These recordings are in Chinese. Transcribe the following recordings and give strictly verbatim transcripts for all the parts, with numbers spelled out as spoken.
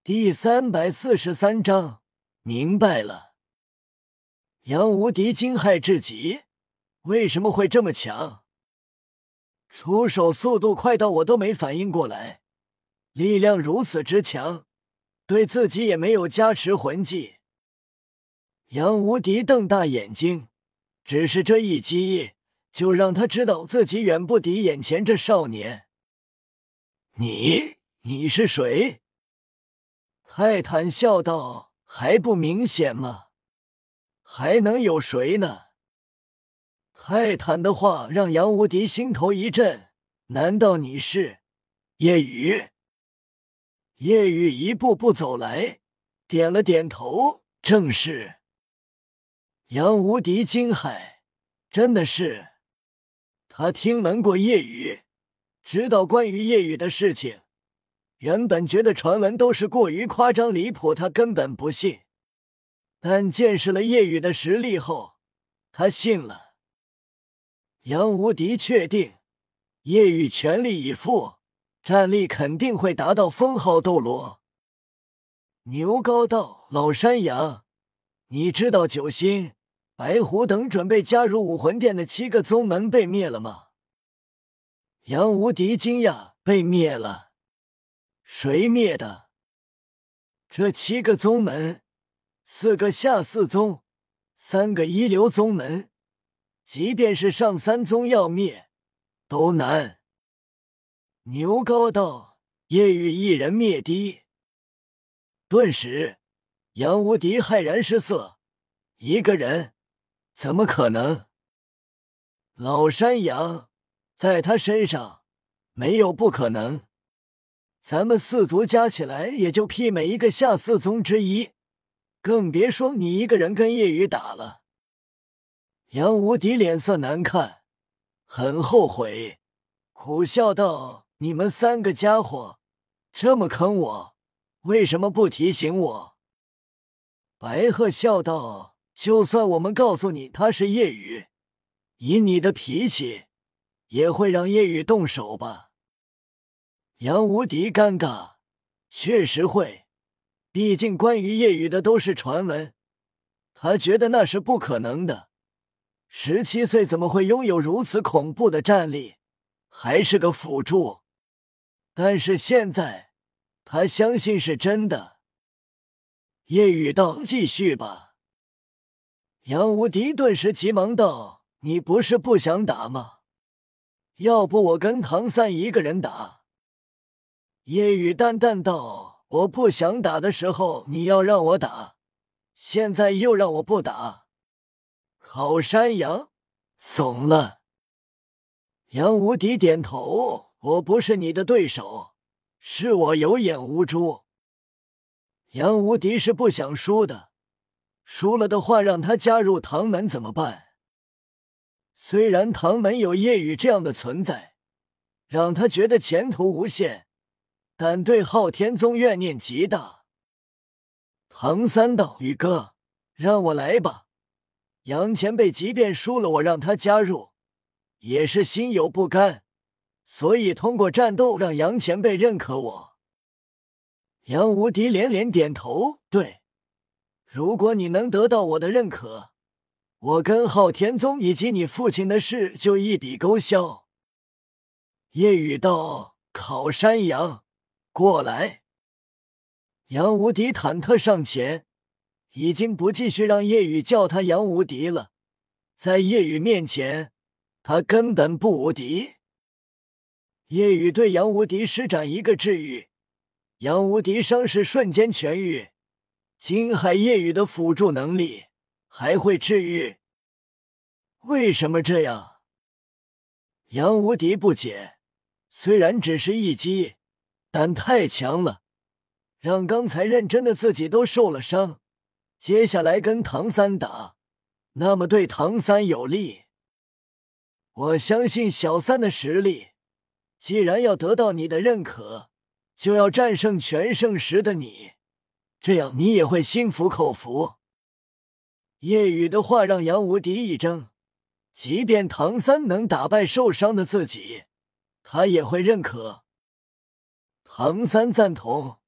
第三百四十三章，明白了。杨无敌惊骇至极，为什么会这么强？出手速度快到我都没反应过来，力量如此之强，对自己也没有加持魂技。杨无敌瞪大眼睛，只是这一击就让他知道自己远不敌眼前这少年。你，你是谁？泰坦笑道，还不明显吗？还能有谁呢？泰坦的话让杨无敌心头一震，难道你是夜雨？夜雨一步步走来，点了点头，正是。杨无敌惊骇，真的是。他听闻过夜雨，知道关于夜雨的事情，原本觉得传闻都是过于夸张离谱，他根本不信。但见识了夜雨的实力后，他信了。杨无敌确定，夜雨全力以赴，战力肯定会达到封号斗罗。牛高道：老山羊，你知道九星、白虎等准备加入武魂殿的七个宗门被灭了吗？杨无敌惊讶，被灭了？谁灭的？这七个宗门，四个下四宗，三个一流宗门，即便是上三宗要灭，都难。牛高道：夜雨一人灭敌。顿时，杨无敌骇然失色，一个人？怎么可能？老山羊，在他身上没有不可能。咱们四族加起来也就媲美一个下四宗之一，更别说你一个人跟夜雨打了。杨无敌脸色难看，很后悔，苦笑道：你们三个家伙这么坑我，为什么不提醒我？白鹤笑道：就算我们告诉你他是夜雨，以你的脾气，也会让夜雨动手吧？杨无敌尴尬，确实会，毕竟关于夜雨的都是传闻，他觉得那是不可能的。十七岁怎么会拥有如此恐怖的战力，还是个辅助？但是现在，他相信是真的。夜雨道：继续吧。杨无敌顿时急忙道：你不是不想打吗？要不我跟唐三一个人打？夜雨淡淡道：我不想打的时候你要让我打，现在又让我不打。好山羊，怂了。杨无敌点头：我不是你的对手，是我有眼无珠。杨无敌是不想输的，输了的话让他加入唐门怎么办？虽然唐门有夜雨这样的存在，让他觉得前途无限，但对昊天宗怨念极大。唐三道：宇哥，让我来吧。杨前辈即便输了我让他加入，也是心有不甘，所以通过战斗让杨前辈认可我。杨无敌连连点头，对，如果你能得到我的认可，我跟昊天宗以及你父亲的事就一笔勾销。夜雨道：烤山羊，过来。杨无敌忐忑上前，已经不继续让夜雨叫他杨无敌了，在夜雨面前，他根本不无敌。夜雨对杨无敌施展一个治愈，杨无敌伤势瞬间痊愈，惊骇夜雨的辅助能力还会治愈。为什么这样？杨无敌不解，虽然只是一击，但太强了，让刚才认真的自己都受了伤，接下来跟唐三打，那么对唐三有利。我相信小三的实力，既然要得到你的认可，就要战胜全盛时的你，这样你也会心服口服。夜雨的话让杨无敌一怔，即便唐三能打败受伤的自己，他也会认可。唐三赞同，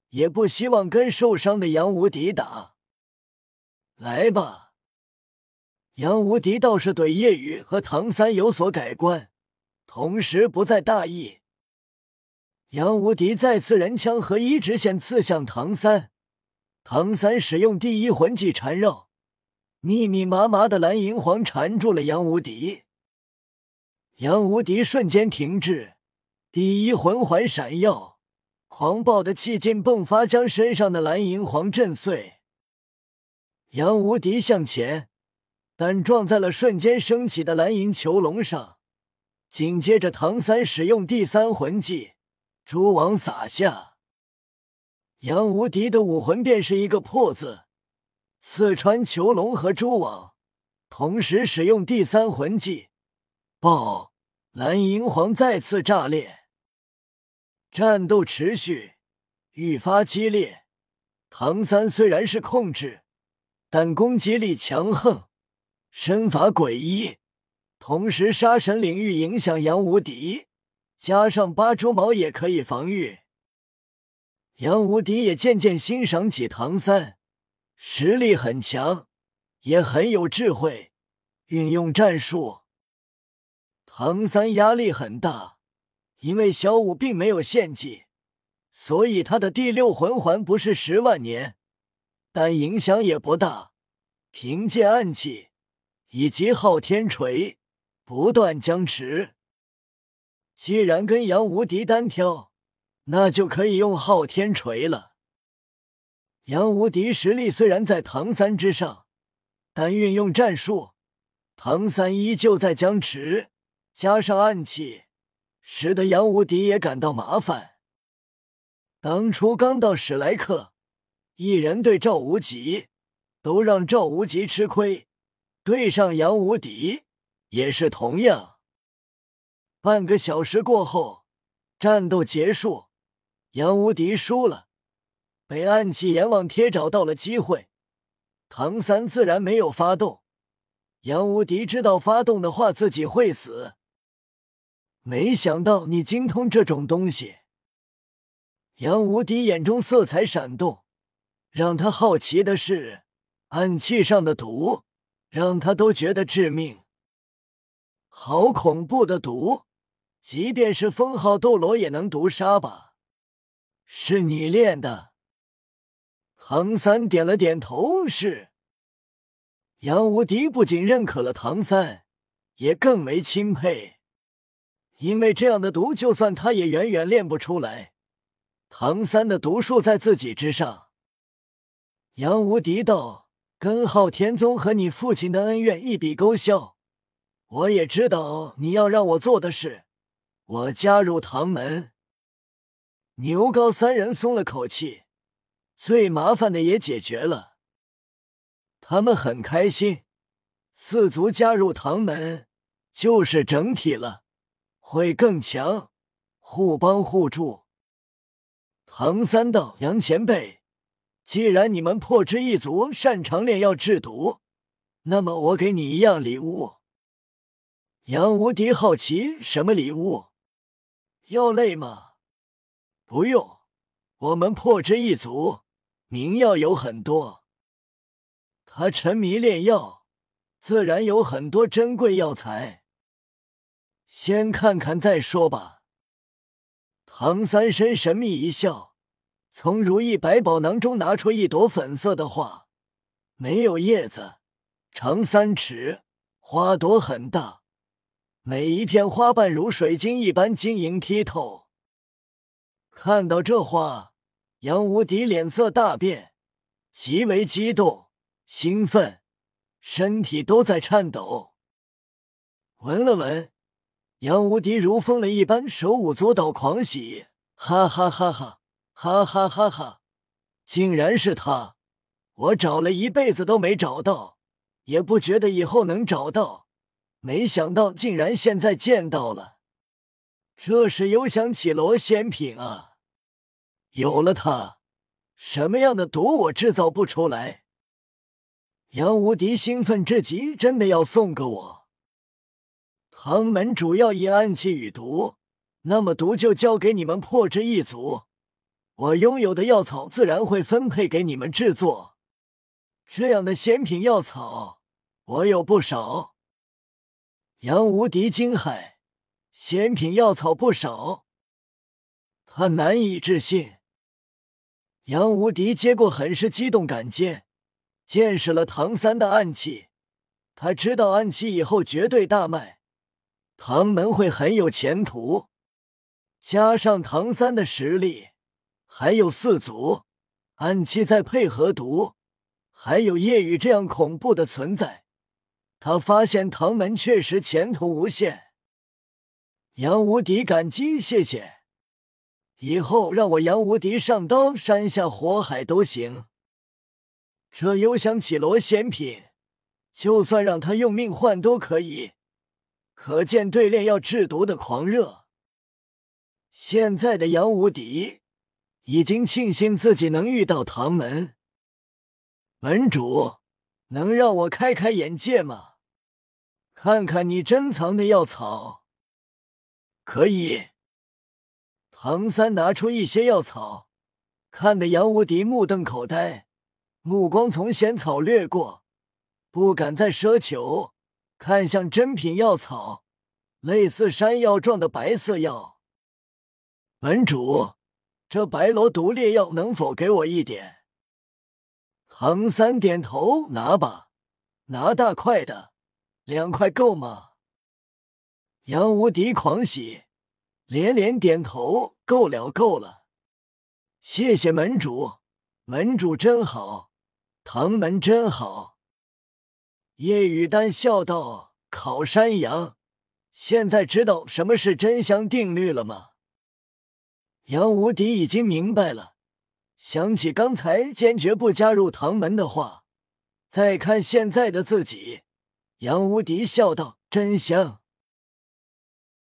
也不希望跟受伤的杨无敌打。来吧。杨无敌倒是对叶雨和唐三有所改观，同时不再大意。杨无敌再次人枪合一直线刺向唐三，唐三使用第一魂技缠绕，密密麻麻的蓝银黄缠住了杨无敌。杨无敌瞬间停滞，第一魂环闪耀，狂暴的气劲迸发，将身上的蓝银黄震碎。杨无敌向前，但撞在了瞬间升起的蓝银囚笼上。紧接着唐三使用第三魂技蛛网撒下，杨无敌的武魂便是一个破字，刺穿囚笼和蛛网，同时使用第三魂技爆，蓝银黄再次炸裂。战斗持续，愈发激烈。唐三虽然是控制，但攻击力强横，身法诡异，同时杀神领域影响杨无敌，加上八蛛矛也可以防御。杨无敌也渐渐欣赏起唐三，实力很强，也很有智慧，运用战术。唐三压力很大，因为小五并没有献祭，所以他的第六魂环不是十万年，但影响也不大。凭借暗器以及昊天锤不断僵持。既然跟杨无敌单挑，那就可以用昊天锤了。杨无敌实力虽然在唐三之上，但运用战术，唐三依旧在僵持，加上暗器，使得杨无敌也感到麻烦。当初刚到史莱克，一人对赵无极，都让赵无极吃亏，对上杨无敌也是同样。半个小时过后，战斗结束，杨无敌输了，被暗器阎王贴找到了机会，唐三自然没有发动。杨无敌知道发动的话自己会死，没想到你精通这种东西。杨无敌眼中色彩闪动，让他好奇的是，暗器上的毒让他都觉得致命。好恐怖的毒，即便是封号斗罗也能毒杀吧？是你练的？唐三点了点头，是。杨无敌不仅认可了唐三，也更为钦佩，因为这样的毒就算他也远远练不出来。唐三的毒术在自己之上。杨无敌道，跟昊天宗和你父亲的恩怨一笔勾销，我也知道你要让我做的事，我加入唐门。牛皋三人松了口气，最麻烦的也解决了，他们很开心，四族加入唐门就是整体了，会更强，互帮互助。唐三道，杨前辈，既然你们破之一族擅长炼药制毒，那么我给你一样礼物。杨无敌好奇，什么礼物？药类吗？不用，我们破之一族名药有很多。他沉迷炼药，自然有很多珍贵药材。先看看再说吧。唐三深神秘一笑，从如意百宝囊中拿出一朵粉色的花，没有叶子，长三尺，花朵很大，每一片花瓣如水晶一般晶莹剔透。看到这花，杨无敌脸色大变，极为激动、兴奋，身体都在颤抖。闻了闻，杨无敌如疯了一般，手舞足蹈狂喜，哈哈哈哈，哈哈哈哈！竟然是他！我找了一辈子都没找到，也不觉得以后能找到，没想到竟然现在见到了。这是幽香绮罗仙品啊！有了它，什么样的毒我制造不出来？杨无敌兴奋至极，真的要送个我。唐门主要以暗器与毒，那么毒就交给你们破之一族， 我拥有的药草自然会分配给你们制作。这样的仙品药草，我有不少。”杨无敌惊骇，仙品药草不少？他难以置信。杨无敌接过很是激动感激，见识了唐三的暗器，他知道暗器以后绝对大卖，唐门会很有前途。加上唐三的实力，还有四祖，暗器再配合毒，还有夜雨这样恐怖的存在，他发现唐门确实前途无限。杨无敌感激谢谢，以后让我杨无敌上刀山下火海都行。这幽香绮罗仙品，就算让他用命换都可以，可见对炼药制毒的狂热。现在的杨无敌已经庆幸自己能遇到唐门。门主，能让我开开眼界吗？看看你珍藏的药草。可以。唐三拿出一些药草，看得杨无敌目瞪口呆，目光从仙草掠过，不敢再奢求，看向珍品药草，类似山药状的白色药。门主，这白罗毒烈药能否给我一点？唐三点头，拿吧，拿大块的，两块够吗？杨无敌狂喜，连连点头，够了够了，谢谢门主，门主真好，唐门真好。叶雨丹笑道：“烤山羊，现在知道什么是真香定律了吗？”杨无敌已经明白了，想起刚才坚决不加入唐门的话，再看现在的自己，杨无敌笑道：“真香。”